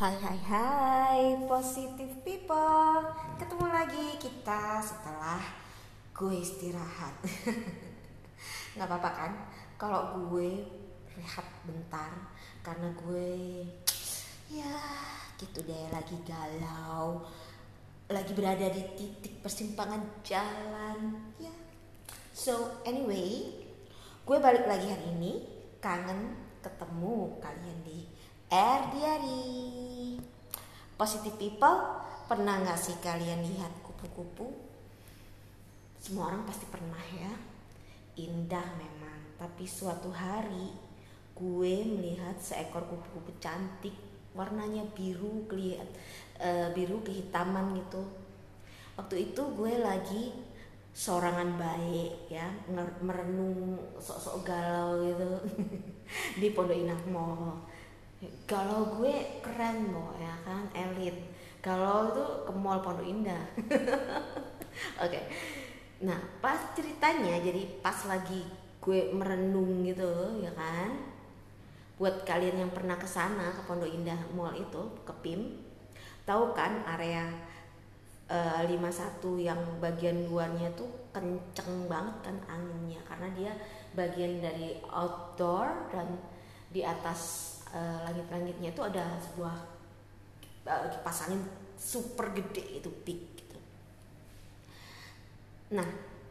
Hai hai hai positive people. Ketemu lagi kita setelah gue istirahat. Gak apa-apa kan kalau gue rehat bentar, karena gue ya gitu deh, lagi galau, lagi berada di titik persimpangan jalan ya. So anyway, gue balik lagi hari ini, kangen ketemu kalian di Air Diary. Positive people, pernah gak sih kalian lihat kupu-kupu? Semua orang pasti pernah ya. Indah memang, tapi suatu hari gue melihat seekor kupu-kupu cantik, warnanya biru biru kehitaman gitu. Waktu itu gue lagi sorangan baik ya, merenung sok-sok galau gitu di Pondok Indah Mall. Galau gue keren loh ya kan, elit. Galau itu ke mall Pondok Indah. Oke. Nah pas ceritanya, jadi pas lagi gue merenung gitu ya kan. Buat kalian yang pernah kesana ke Pondok Indah Mall itu, ke PIM, tahu kan area 51 yang bagian luarnya tuh kenceng banget kan anginnya, karena dia bagian dari outdoor, dan di atas langit-langitnya itu ada sebuah kipas angin super gede, itu big gitu. Nah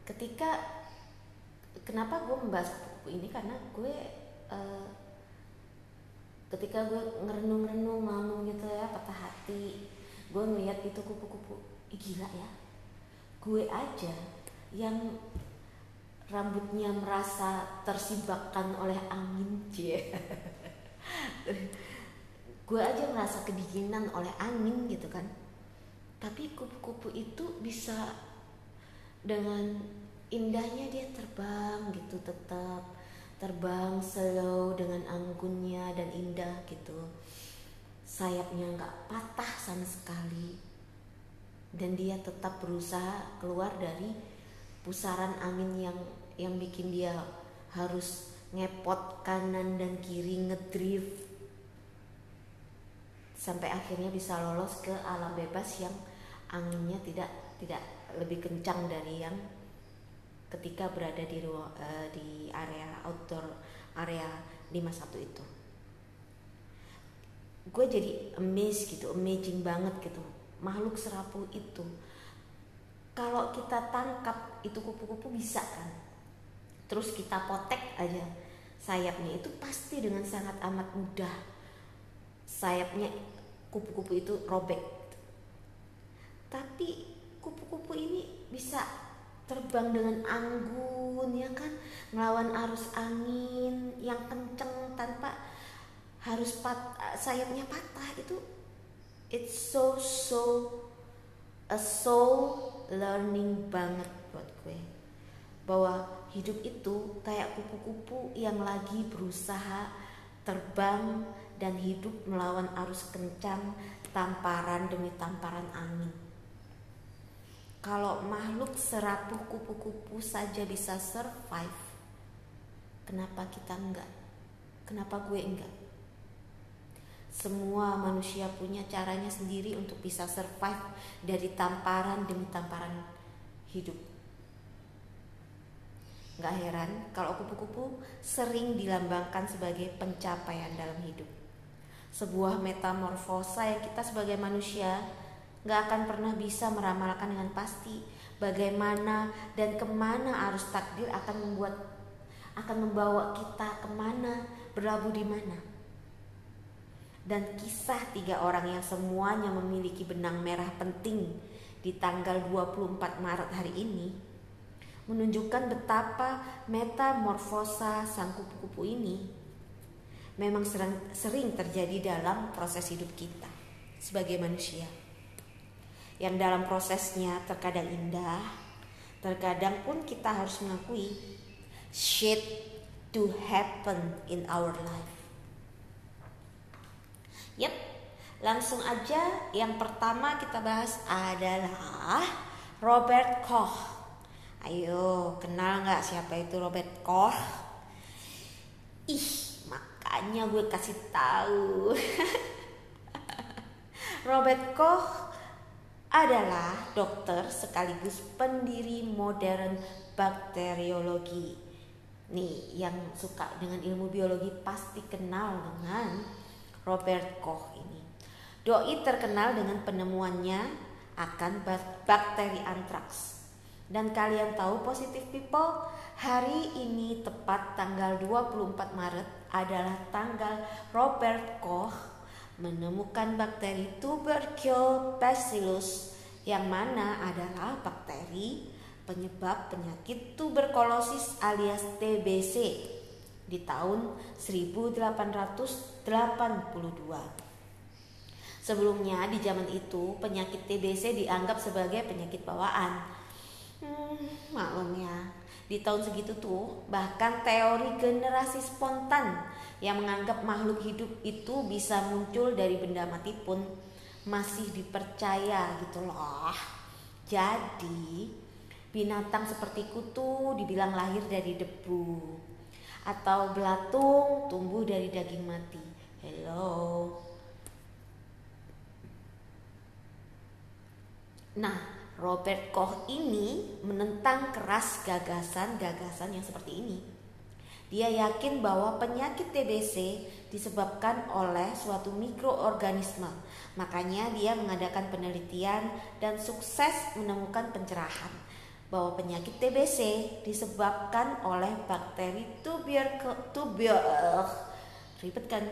kenapa gue membahas kupu-kupu ini, karena gue ketika gue ngerenung-renung ngomong gitu ya, patah hati, gue ngeliat itu kupu-kupu, gila ya, gue aja yang rambutnya merasa tersibakkan oleh angin gue aja merasa kedinginan oleh angin gitu kan, tapi kupu-kupu itu bisa dengan indahnya dia terbang gitu, tetap terbang slow dengan anggunnya dan indah gitu. Sayapnya nggak patah sama sekali, dan dia tetap berusaha keluar dari pusaran angin yang bikin dia harus ngepot kanan dan kiri, ngedrift, sampai akhirnya bisa lolos ke alam bebas yang anginnya tidak lebih kencang dari yang ketika berada di area outdoor, area 51 itu. Gue jadi amazing banget gitu, makhluk serapuh itu. Kalau kita tangkap itu kupu-kupu bisa kan, terus kita potek aja sayapnya, itu pasti dengan sangat amat mudah sayapnya kupu-kupu itu robek. Tapi kupu-kupu ini bisa terbang dengan anggun ya kan, melawan arus angin yang kenceng tanpa harus sayapnya patah. Itu it's so a soul learning banget buat gue, bahwa hidup itu kayak kupu-kupu yang lagi berusaha terbang dan hidup melawan arus kencang, tamparan demi tamparan angin. Kalau makhluk serapuh kupu-kupu saja bisa survive, kenapa kita enggak? Kenapa gue enggak? Semua manusia punya caranya sendiri untuk bisa survive dari tamparan demi tamparan hidup. Gak heran kalau kupu-kupu sering dilambangkan sebagai pencapaian dalam hidup. Sebuah metamorfosa yang kita sebagai manusia gak akan pernah bisa meramalkan dengan pasti bagaimana dan kemana arus takdir akan membawa kita kemana, berlabuh di mana. Dan kisah 3 orang yang semuanya memiliki benang merah penting di tanggal 24 Maret hari ini menunjukkan betapa metamorfosa sang kupu-kupu ini memang sering terjadi dalam proses hidup kita sebagai manusia, yang dalam prosesnya terkadang indah, terkadang pun kita harus mengakui shit to happen in our life. Yep, langsung aja yang pertama kita bahas adalah Robert Koch. Ayo, kenal gak siapa itu Robert Koch? Makanya gue kasih tahu. Robert Koch adalah dokter sekaligus pendiri modern bakteriologi. Nih, yang suka dengan ilmu biologi pasti kenal dengan Robert Koch ini. Doi terkenal dengan penemuannya akan bakteri antraks. Dan kalian tahu positive people, hari ini tepat tanggal 24 Maret adalah tanggal Robert Koch menemukan bakteri tubercle bacillus yang mana adalah bakteri penyebab penyakit tuberkulosis alias TBC di tahun 1882. Sebelumnya di zaman itu penyakit TBC dianggap sebagai penyakit bawaan. Maklum ya, di tahun segitu tuh bahkan teori generasi spontan yang menganggap makhluk hidup itu bisa muncul dari benda mati pun masih dipercaya gitu loh. Jadi binatang seperti kutu dibilang lahir dari debu, atau belatung tumbuh dari daging mati. Hello. Nah, Robert Koch ini menentang keras gagasan-gagasan yang seperti ini. Dia yakin bahwa penyakit TBC disebabkan oleh suatu mikroorganisme. Makanya dia mengadakan penelitian dan sukses menemukan pencerahan bahwa penyakit TBC disebabkan oleh bakteri ribet kan?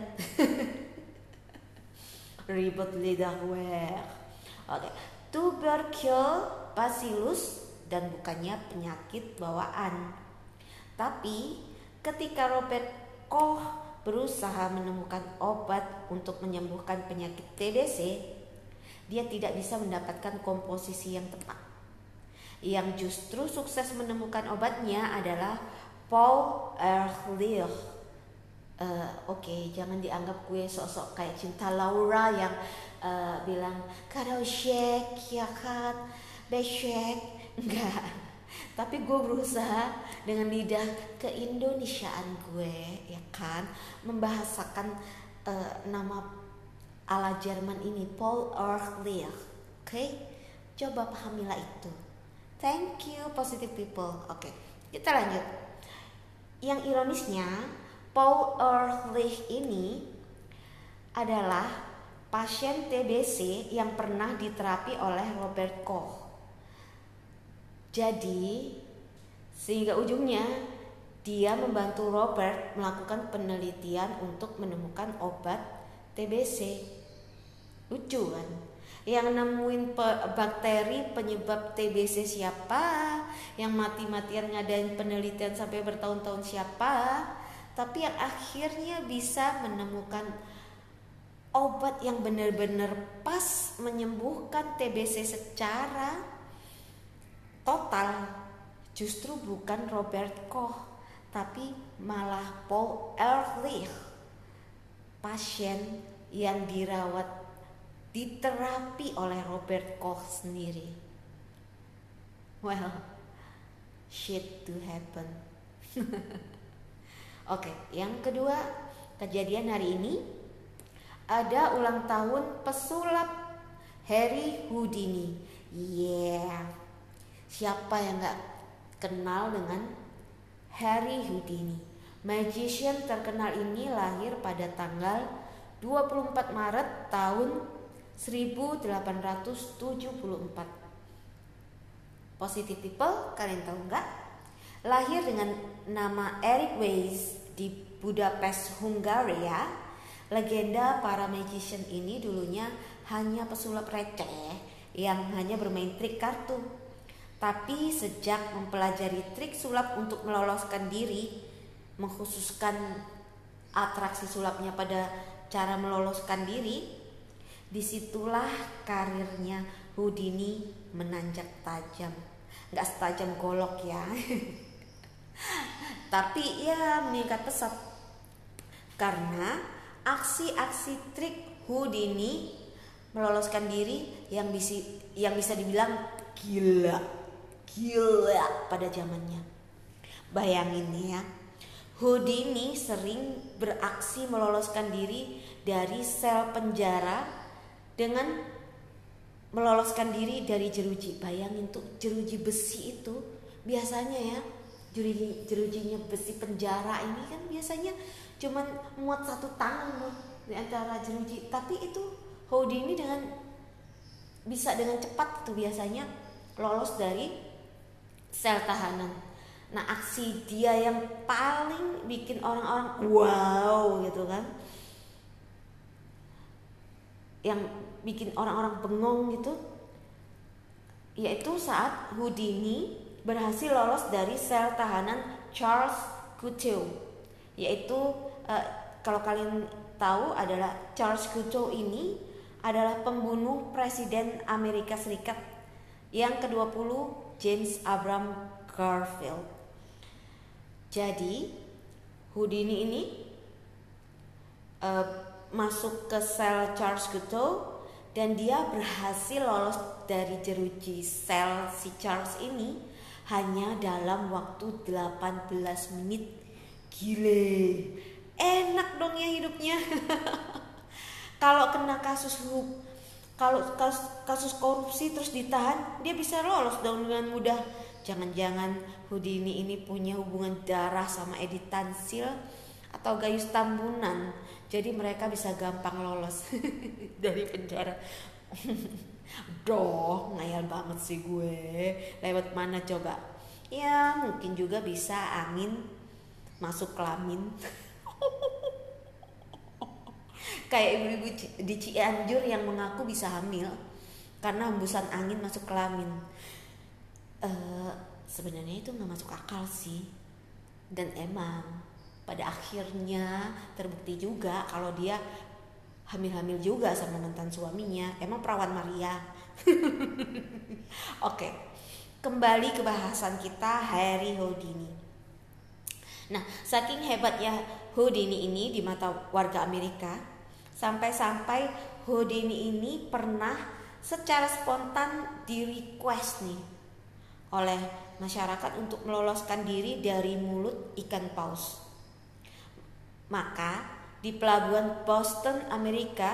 Ribet lidah gue. Oke. Tubercle bacillus dan bukannya penyakit bawaan. Tapi ketika Robert Koch berusaha menemukan obat untuk menyembuhkan penyakit TBC, dia tidak bisa mendapatkan komposisi yang tepat. Yang justru sukses menemukan obatnya adalah Paul Ehrlich. Oke, jangan dianggap gue sok-sok kayak Cinta Laura yang bilang kalau shake ya kan, besek enggak. Tapi gue berusaha dengan lidah keindonesiaan gue, ya kan, membahasakan nama ala Jerman ini, Paul Ehrlich. Oke, coba pahamilah itu. Thank you positive people. Oke, kita lanjut. Yang ironisnya, Paul Ehrlich ini adalah pasien TBC yang pernah diterapi oleh Robert Koch. Jadi, sehingga ujungnya dia membantu Robert melakukan penelitian untuk menemukan obat TBC. Lucu kan? Yang nemuin bakteri penyebab TBC siapa? Yang mati-matian ngadain penelitian sampai bertahun-tahun siapa? Tapi yang akhirnya bisa menemukan obat yang benar-benar pas menyembuhkan TBC secara total justru bukan Robert Koch, tapi malah Paul Ehrlich, pasien yang diterapi oleh Robert Koch sendiri. Well, shit to happen. Oke, yang kedua, kejadian hari ini ada ulang tahun pesulap Harry Houdini. Yeah, siapa yang gak kenal dengan Harry Houdini? Magician terkenal ini lahir pada tanggal 24 Maret tahun 1874. Positive people, kalian tahu nggak? Lahir dengan nama Eric Weiss di Budapest, Hungaria. Legenda para magician ini dulunya hanya pesulap receh yang hanya bermain trik kartu. Tapi sejak mempelajari trik sulap untuk meloloskan diri, mengkhususkan atraksi sulapnya pada cara meloloskan diri, disitulah karirnya Houdini menanjak tajam. Gak setajam golok ya, tapi ya meningkat pesat karena aksi-aksi trik Houdini meloloskan diri yang bisa dibilang gila pada zamannya. Bayangin ya, Houdini sering beraksi meloloskan diri dari sel penjara dengan meloloskan diri dari jeruji. Bayangin tuh, jeruji besi itu biasanya ya, jerujinya besi penjara ini kan biasanya cuman muat satu tangan loh di antara jeruji, tapi itu Houdini bisa dengan cepat tuh biasanya lolos dari sel tahanan. Nah, aksi dia yang paling bikin orang-orang wow gitu kan, yang bikin orang-orang bengong gitu, yaitu saat Houdini berhasil lolos dari sel tahanan Charles Couteau. Yaitu kalau kalian tahu adalah Charles Couteau ini adalah pembunuh Presiden Amerika Serikat yang ke-20 James Abraham Garfield. Jadi Houdini ini masuk ke sel Charles Couteau dan dia berhasil lolos dari jeruji sel si Charles ini hanya dalam waktu 18 menit. Gile, enak dong ya hidupnya. Kalau kena kasus korupsi terus ditahan, dia bisa lolos dong dengan mudah. Jangan-jangan Houdini ini punya hubungan darah sama Edith Tansil atau Gayus Tambunan, jadi mereka bisa gampang lolos dari penjara. Doh, ngayal banget sih gue. Lewat mana coba? Ya mungkin juga bisa angin masuk kelamin. Kayak ibu-ibu di Cianjur yang mengaku bisa hamil karena hembusan angin masuk kelamin. Sebenarnya itu gak masuk akal sih. Dan emang pada akhirnya terbukti juga kalau dia hamil-hamil juga sama mantan suaminya. Emang perawan Maria. Oke, kembali ke bahasan kita, Harry Houdini. Nah, saking hebatnya Houdini ini di mata warga Amerika, sampai-sampai Houdini ini pernah secara spontan di request nih oleh masyarakat untuk meloloskan diri dari mulut ikan paus. Maka di pelabuhan Boston, Amerika,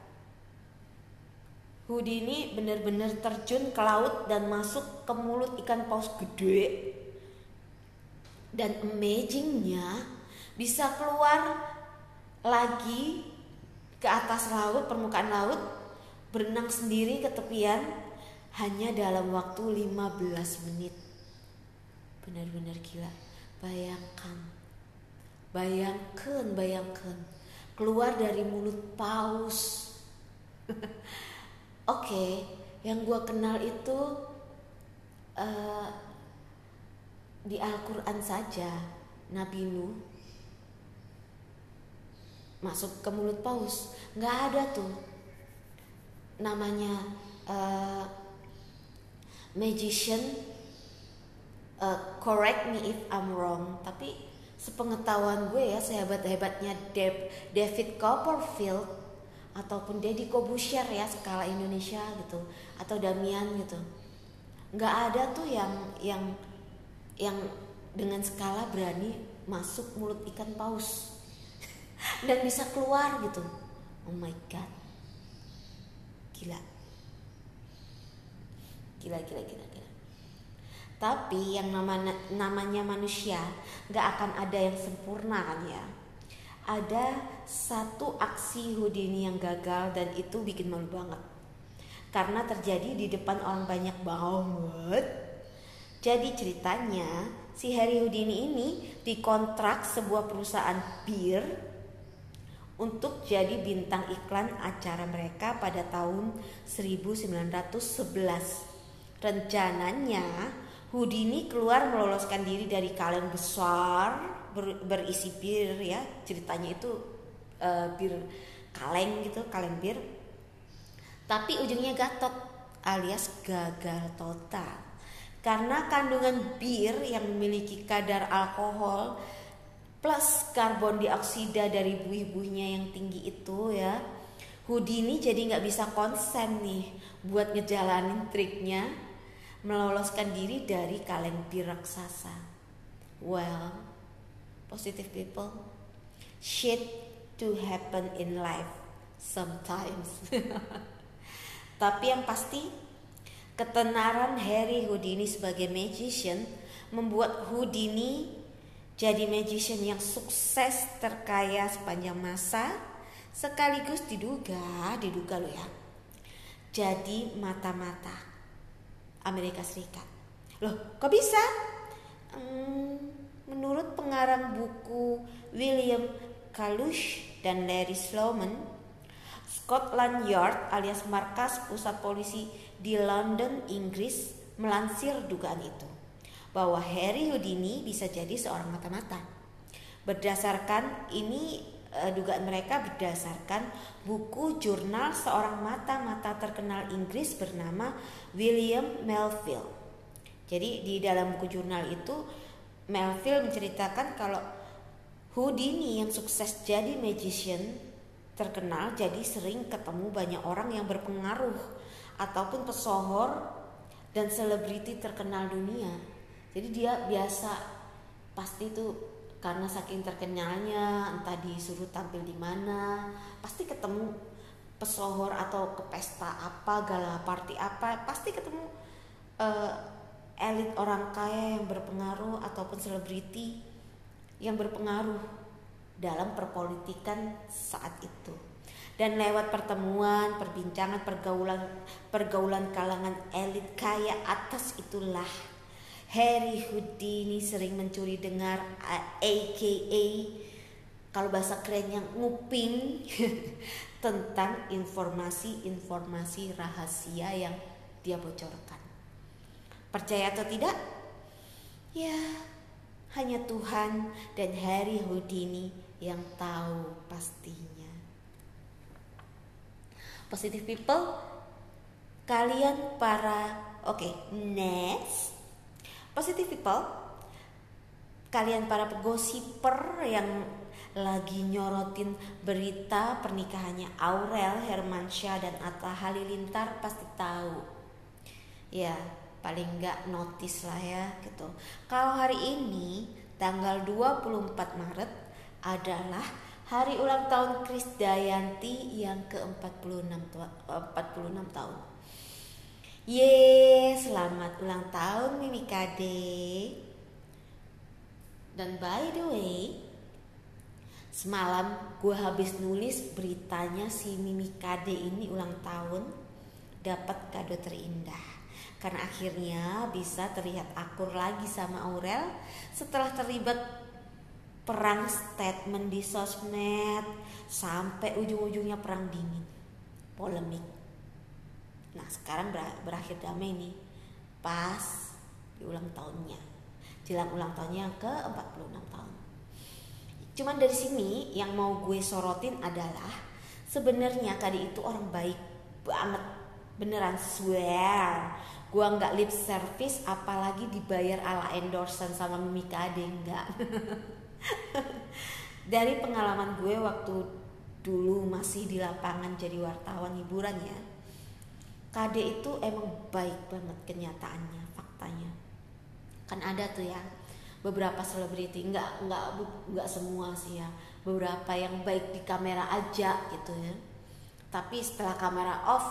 Houdini benar-benar terjun ke laut dan masuk ke mulut ikan paus gede. Dan amazingnya bisa keluar lagi ke atas laut, permukaan laut, berenang sendiri ke tepian hanya dalam waktu 15 menit. Benar-benar gila. Bayangkan keluar dari mulut paus. Oke, yang gue kenal itu di Al-Quran saja Nabi Nuh masuk ke mulut paus. Nggak ada tuh namanya magician. Correct me if I'm wrong, tapi sepengetahuan gue ya, sehebat-hebatnya David Copperfield ataupun Deddy Corbuzier ya skala Indonesia gitu, atau Damian gitu, nggak ada tuh yang dengan skala berani masuk mulut ikan paus dan bisa keluar gitu. Oh my god, gila. Tapi yang namanya manusia gak akan ada yang sempurna kan ya. Ada satu aksi Houdini yang gagal dan itu bikin malu banget, karena terjadi di depan orang banyak banget. Jadi ceritanya si Harry Houdini ini dikontrak sebuah perusahaan bir untuk jadi bintang iklan acara mereka pada tahun 1911. Rencananya Houdini keluar meloloskan diri dari kaleng besar berisi bir ya. Ceritanya itu bir kaleng gitu, kaleng bir. Tapi ujungnya gatot alias gagal total. Karena kandungan bir yang memiliki kadar alkohol plus karbon dioksida dari buih-buihnya yang tinggi itu ya, Houdini jadi gak bisa konsen nih buat ngejalanin triknya meloloskan diri dari kaleng bir raksasa. Well, positive people, shit to happen in life sometimes. Tapi yang pasti, ketenaran Harry Houdini sebagai magician membuat Houdini jadi magician yang sukses terkaya sepanjang masa, sekaligus diduga loh ya, jadi mata-mata Amerika Serikat. Loh, kok bisa? Menurut pengarang buku William Kalush dan Larry Sloman, Scotland Yard alias markas pusat polisi di London, Inggris melansir dugaan itu, bahwa Harry Houdini bisa jadi seorang mata-mata. Berdasarkan ini, dugaan mereka berdasarkan buku jurnal seorang mata-mata terkenal Inggris bernama William Melville. Jadi di dalam buku jurnal itu Melville menceritakan kalau Houdini yang sukses jadi magician terkenal jadi sering ketemu banyak orang yang berpengaruh ataupun pesohor dan selebriti terkenal dunia. Jadi dia biasa pasti tuh karena saking terkenalnya, entah disuruh tampil di mana, pasti ketemu pesohor atau ke pesta apa, gala party apa, pasti ketemu elit orang kaya yang berpengaruh ataupun selebriti yang berpengaruh dalam perpolitikan saat itu. Dan lewat pertemuan, perbincangan, pergaulan kalangan elit kaya atas itulah Harry Houdini sering mencuri dengar, aka kalau bahasa kerennya nguping tentang informasi-informasi rahasia yang dia bocorkan. Percaya atau tidak? Ya, hanya Tuhan dan Harry Houdini yang tahu pastinya. Positive people, kalian para next. Positive people, kalian para pegosiper yang lagi nyorotin berita pernikahannya Aurel Hermansyah dan Atta Halilintar pasti tahu. Ya, paling enggak notice lah ya gitu. Kalau hari ini tanggal 24 Maret adalah hari ulang tahun Krisdayanti yang ke-46 tahun. Selamat ulang tahun Mimi Kade. Dan by the way, semalam gue habis nulis beritanya si Mimi Kade ini ulang tahun, dapat kado terindah. Karena akhirnya bisa terlihat akur lagi sama Aurel setelah terlibat perang statement di sosmed sampai ujung-ujungnya perang dingin, polemik. Nah sekarang berakhir damai nih pas di ulang tahunnya, jelang ulang tahunnya yang ke-46 tahun. Cuman dari sini yang mau gue sorotin adalah sebenarnya Kade itu orang baik banget, beneran swear. Gue nggak lip service, apalagi dibayar ala endorsean sama Mimi Kade, enggak. Dari pengalaman gue waktu dulu masih di lapangan jadi wartawan hiburan ya, Kade itu emang baik banget kenyataannya, faktanya. Kan ada tuh ya beberapa selebriti, nggak semua sih ya, beberapa yang baik di kamera aja gitu ya, tapi setelah kamera off,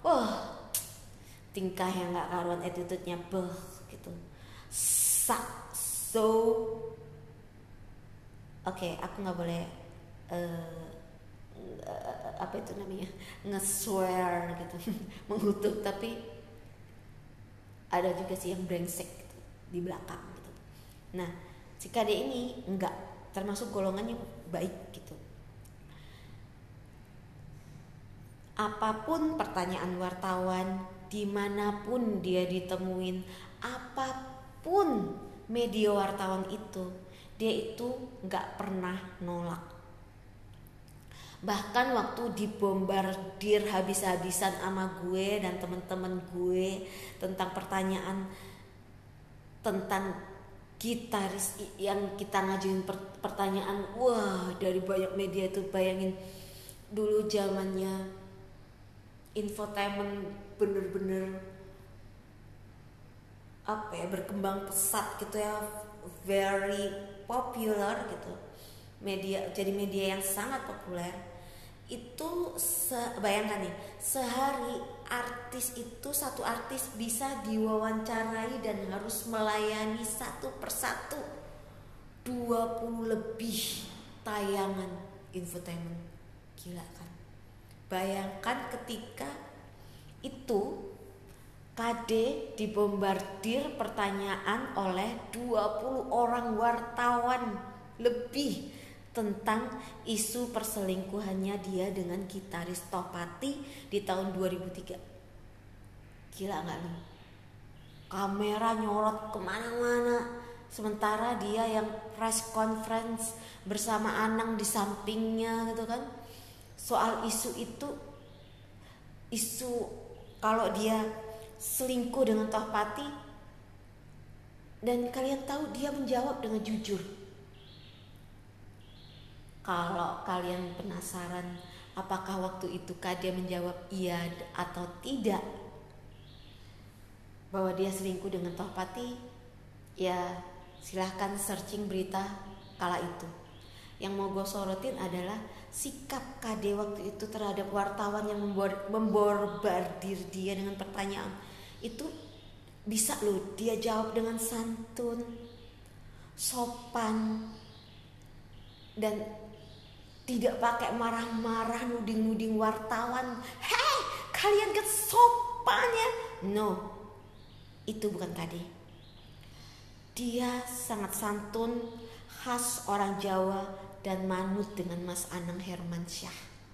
tingkah yang nggak karuan, attitude-nya gitu. Aku nggak boleh nge-swear gitu, mengutuk, tapi ada juga sih yang brengsek gitu, di belakang gitu. Nah si Kade ini enggak termasuk golongan yang baik gitu. Apapun pertanyaan wartawan, dimanapun dia ditemuin, apapun media wartawan itu, dia itu gak pernah nolak. Bahkan waktu dibombardir habis-habisan sama gue dan teman-teman gue tentang pertanyaan tentang gitaris yang kita ngajuin pertanyaan, dari banyak media itu, bayangin dulu zamannya infotainment bener-bener berkembang pesat gitu ya, very popular gitu, jadi media yang sangat populer. Itu bayangkan nih, sehari satu artis bisa diwawancarai dan harus melayani satu persatu 20 lebih tayangan infotainment. Gila kan? Bayangkan ketika itu KD dibombardir pertanyaan oleh 20 orang wartawan lebih tentang isu perselingkuhannya dia dengan gitaris Tohpati di tahun 2003. Gila gak lu? Kamera nyorot kemana-mana, sementara dia yang press conference bersama Anang di sampingnya gitu kan. Soal isu itu, isu kalau dia selingkuh dengan Tohpati, dan kalian tahu dia menjawab dengan jujur. Kalau kalian penasaran apakah waktu itu KD menjawab iya atau tidak bahwa dia selingkuh dengan Tohpati, ya silahkan searching berita kala itu. Yang mau gue sorotin adalah sikap KD waktu itu terhadap wartawan yang memborbardir dia dengan pertanyaan. Itu bisa loh dia jawab dengan santun, sopan, dan tidak pakai marah-marah nuding-nuding wartawan. Hei, kalian kesopannya. No, itu bukan KD. Dia sangat santun, khas orang Jawa, dan manut dengan Mas Anang Hermansyah.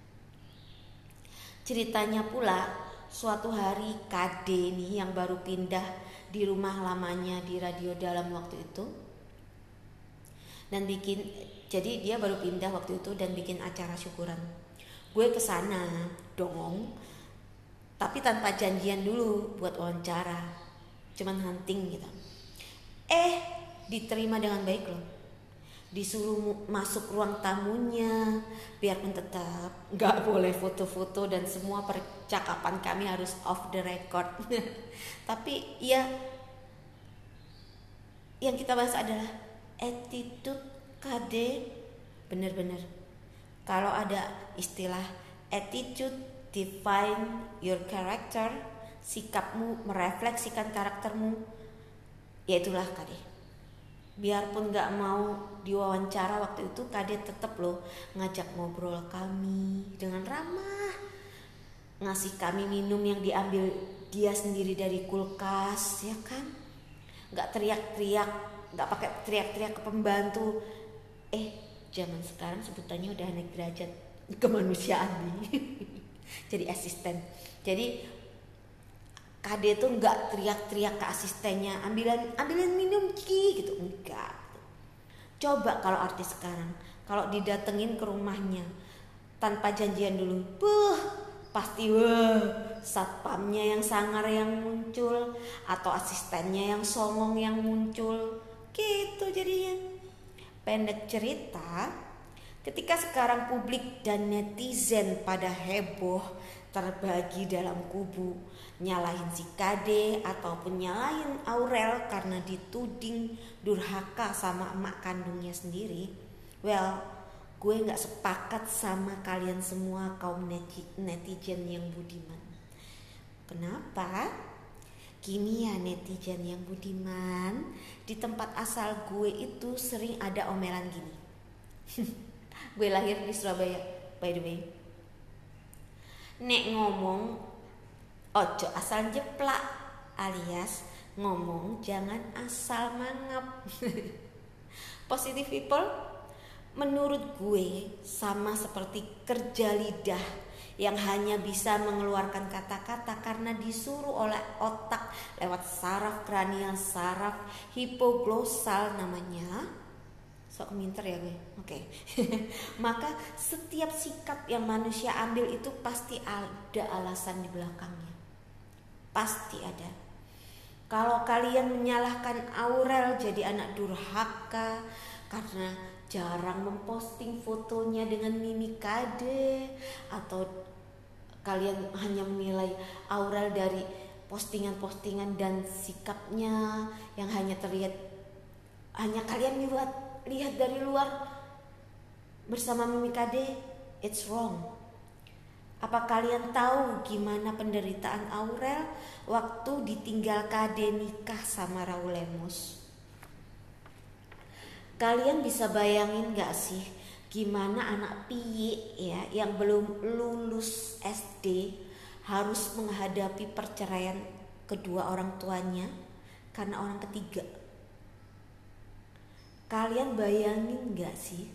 Ceritanya pula, suatu hari KD nih yang baru pindah di rumah lamanya di Radio Dalam waktu itu, dan jadi dia baru pindah waktu itu dan bikin acara syukuran. Gue kesana dong, tapi tanpa janjian dulu buat wawancara, cuman hunting gitu. Diterima dengan baik loh. Disuruh masuk ruang tamunya, biarpun tetap gak boleh foto-foto dan semua percakapan kami harus off the record. Tapi ya, yang kita bahas adalah attitude KD. Bener-bener kalau ada istilah attitude define your character, sikapmu merefleksikan karaktermu, ya itulah KD. Biarpun gak mau diwawancara waktu itu, KD tetap loh ngajak ngobrol kami dengan ramah, ngasih kami minum yang diambil dia sendiri dari kulkas, ya kan? Gak teriak-teriak, gak pakai teriak-teriak ke pembantu. Zaman sekarang sebutannya udah naik derajat kemanusiaan nih. Jadi asisten. Jadi KD tuh nggak teriak-teriak ke asistennya, ambilin minum Ki gitu, enggak. Coba kalau artis sekarang, kalau didatengin ke rumahnya tanpa janjian dulu, pasti satpamnya yang sangar yang muncul atau asistennya yang songong yang muncul, gitu jadinya. Pendek cerita, ketika sekarang publik dan netizen pada heboh terbagi dalam kubu nyalahin si KD ataupun nyalahin Aurel karena dituding durhaka sama emak kandungnya sendiri. Well, gue gak sepakat sama kalian semua kaum netizen yang budiman. Kenapa? Gini ya netizen yang budiman, di tempat asal gue itu sering ada omelan gini. Gue lahir di Surabaya, by the way. Nek ngomong ojo asal jeplak, alias ngomong jangan asal mangap. Positive people menurut gue sama seperti kerja lidah yang hanya bisa mengeluarkan kata-kata karena disuruh oleh otak lewat saraf kranial, saraf hipoglosal namanya. Sok minter ya gue. Oke. Maka setiap sikap yang manusia ambil itu pasti ada alasan di belakangnya. Pasti ada. Kalau kalian menyalahkan Aurel jadi anak durhaka karena jarang memposting fotonya dengan Mimi KD, atau kalian hanya menilai Aurel dari postingan-postingan dan sikapnya yang hanya kalian lihat dari luar bersama Mimi KD, it's wrong. Apa kalian tahu gimana penderitaan Aurel waktu ditinggal Kade nikah sama Raul Lemos? Kalian bisa bayangin gak sih gimana anak piye ya yang belum lulus SD harus menghadapi perceraian kedua orang tuanya karena orang ketiga? Kalian bayangin gak sih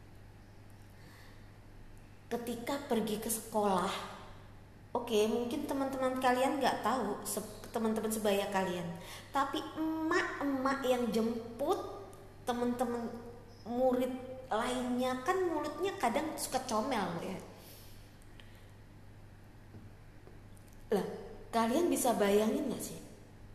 ketika pergi ke sekolah? Oke, mungkin teman-teman kalian gak tahu, teman-teman sebaya kalian, tapi emak-emak yang jemput teman-teman murid lainnya kan mulutnya kadang suka comel ya. Lah, kalian bisa bayangin gak sih?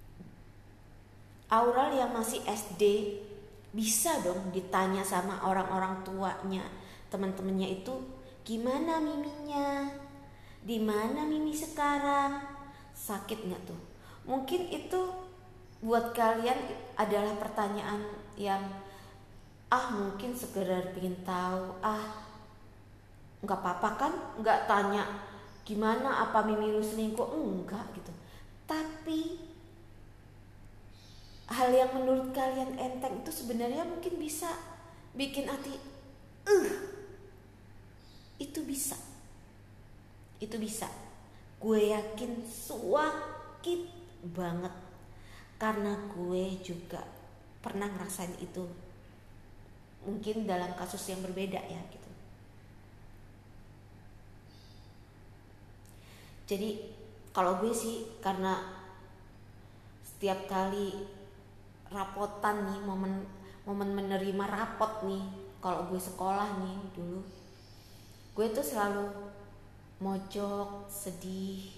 Aurel yang masih SD bisa dong ditanya sama orang-orang tuanya, teman-temannya itu, gimana Miminya? Di mana Mimi sekarang? Sakit nggak tuh? Mungkin itu buat kalian adalah pertanyaan yang mungkin sekedar pengen tahu, nggak apa-apa kan, nggak tanya gimana apa Mimi lu selingkuh, enggak gitu. Tapi hal yang menurut kalian enteng itu sebenarnya mungkin bisa bikin hati itu bisa. Gue yakin sakit banget karena gue juga pernah ngerasain itu, mungkin dalam kasus yang berbeda ya gitu. Jadi kalau gue sih, karena setiap kali rapotan nih, momen menerima rapot nih, kalau gue sekolah nih dulu, gue tuh selalu mojok, sedih,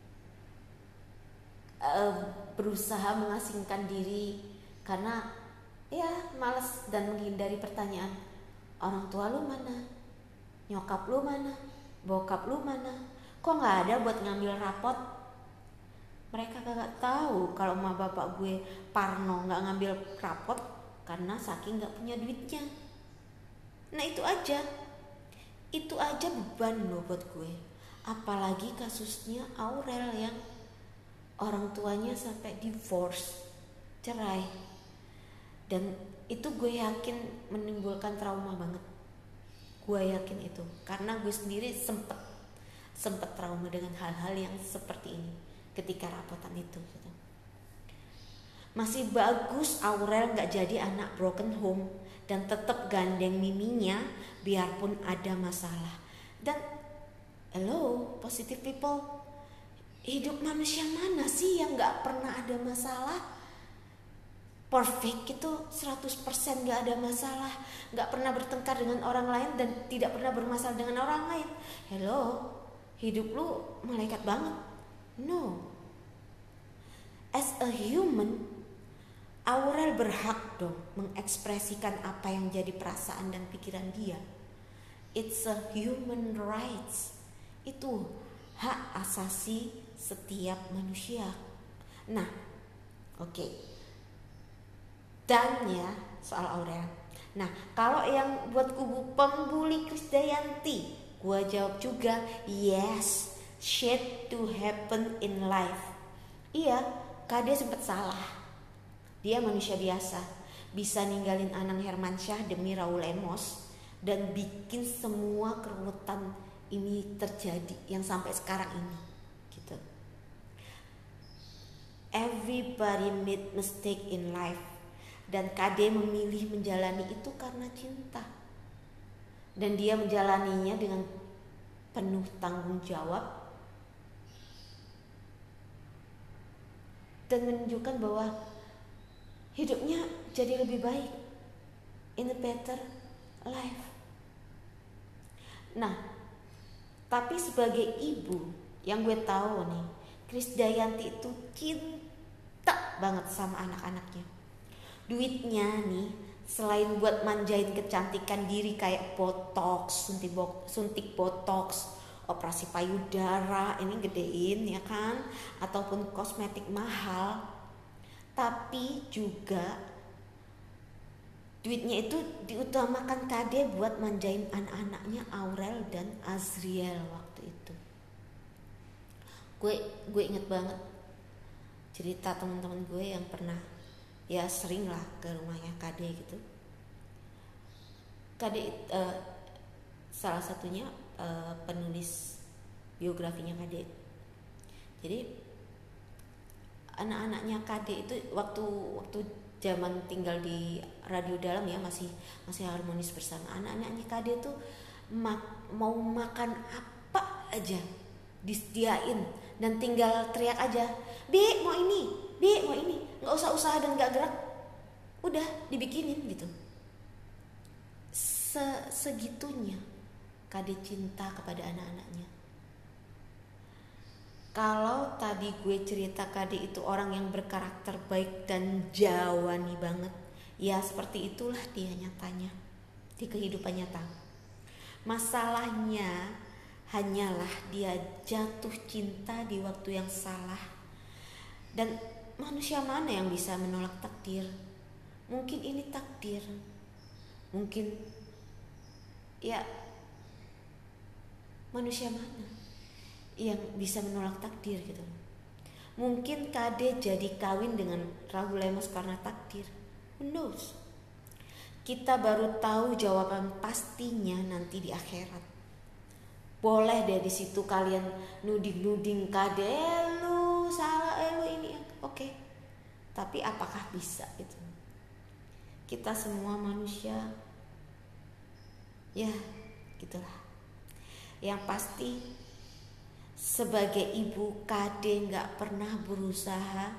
berusaha mengasingkan diri karena ya malas dan menghindari pertanyaan, orang tua lu mana, nyokap lu mana, bokap lu mana, kok nggak ada buat ngambil rapot. Mereka kagak tahu kalau emak bapak gue parno nggak ngambil rapot karena saking nggak punya duitnya. Nah itu aja beban loh buat gue. Apalagi kasusnya Aurel yang orang tuanya sampai divorce, cerai. Dan itu gue yakin menimbulkan trauma banget. Gue yakin itu karena gue sendiri sempet trauma dengan hal-hal yang seperti ini ketika rapotan itu gitu. Masih bagus Aurel gak jadi anak broken home dan tetap gandeng Miminya biarpun ada masalah. Dan hello positive people, hidup manusia mana sih yang gak pernah ada masalah? Perfect itu 100% gak ada masalah, gak pernah bertengkar dengan orang lain dan tidak pernah bermasalah dengan orang lain. Hello, hidup lu malaikat banget? No. As a human, Aurel berhak dong mengekspresikan apa yang jadi perasaan dan pikiran dia. It's a human rights. Itu hak asasi setiap manusia. Nah, oke. Dan ya soal Aurel. Nah, kalau yang buat kubu pembuli Krisdayanti, gue jawab juga yes, shit to happen in life. Iya, Kade sempat salah. Dia manusia biasa, bisa ninggalin Anang Hermansyah demi Raul Lemos dan bikin semua keruwetan ini terjadi yang sampai sekarang ini gitu. Everybody made mistake in life dan Kade memilih menjalani itu karena cinta. Dan dia menjalaninya dengan penuh tanggung jawab dan menunjukkan bahwa hidupnya jadi lebih baik, in a better life. Nah, tapi sebagai ibu yang gue tahu nih, Krisdayanti itu cinta banget sama anak-anaknya. Duitnya nih selain buat manjain kecantikan diri kayak botox, suntik botox, operasi payudara, ini gedein ya kan, ataupun kosmetik mahal, tapi juga duitnya itu diutamakan Kade buat manjain anak-anaknya Aurel dan Azriel waktu itu. gue inget banget cerita teman-teman gue yang pernah ya sering lah ke rumahnya Kade gitu. Kade salah satunya penulis biografinya Kade. Jadi anak-anaknya Kade itu waktu zaman tinggal di radio dalam ya masih harmonis bersama. Anak-anaknya Kade tuh mau makan apa aja disediain dan tinggal teriak aja, "Bi, mau ini, Bi, mau ini." Nggak usah usaha dan nggak gerak, udah dibikinin gitu. Segitunya Kade cinta kepada anak-anaknya. Kalau tadi gue cerita Kade itu orang yang berkarakter baik dan jawani banget, ya seperti itulah dia nyatanya di kehidupan nyata. Masalahnya hanyalah dia jatuh cinta di waktu yang salah. Dan manusia mana yang bisa menolak takdir? Mungkin ini takdir. Mungkin ya manusia mana yang bisa menolak takdir gitu. Mungkin Kade jadi kawin dengan Rahu Lemos karena takdir. Who knows? Kita baru tahu jawaban pastinya nanti di akhirat. Boleh deh di situ kalian nuding Kade, lu salah, lu ini, oke. Tapi apakah bisa itu? Kita semua manusia, ya gitulah. Yang pasti sebagai ibu Kade nggak pernah berusaha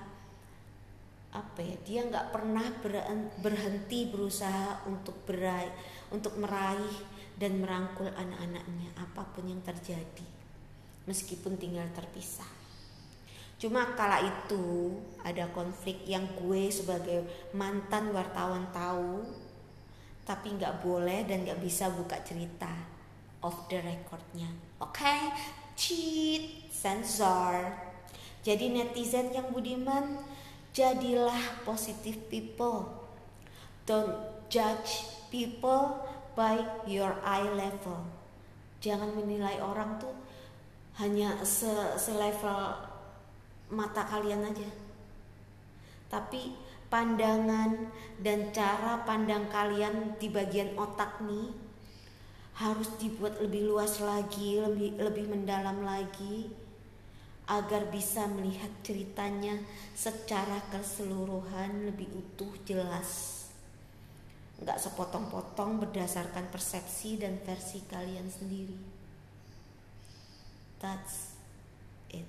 dia nggak pernah berhenti berusaha untuk meraih dan merangkul anak-anaknya apapun yang terjadi, meskipun tinggal terpisah. Cuma kala itu ada konflik yang gue sebagai mantan wartawan tahu, tapi nggak boleh dan nggak bisa buka cerita off the recordnya. Oke? Cheat, sensor. Jadi netizen yang budiman, jadilah positive people. Don't judge people by your eye level. Jangan menilai orang tuh hanya selevel mata kalian aja. Tapi pandangan dan cara pandang kalian di bagian otak nih harus dibuat lebih luas lagi, lebih mendalam lagi, agar bisa melihat ceritanya secara keseluruhan, lebih utuh, jelas. Nggak sepotong-potong berdasarkan persepsi dan versi kalian sendiri. That's it.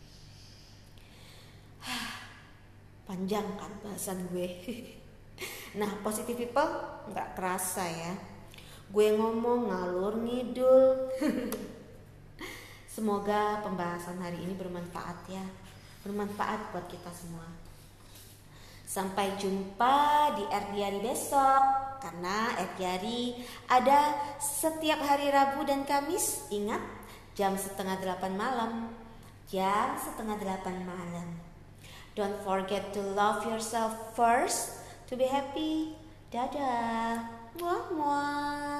Panjang kan bahasan gue. Nah, positive people nggak kerasa ya, gue ngomong ngalur ngidul. Semoga pembahasan hari ini bermanfaat ya, bermanfaat buat kita semua. Sampai jumpa di RDiary besok, karena RDiary ada setiap hari Rabu dan Kamis. Ingat, jam 7:30 malam. Jam 7:30 malam. Don't forget to love yourself first to be happy. Dadah. Muah muah.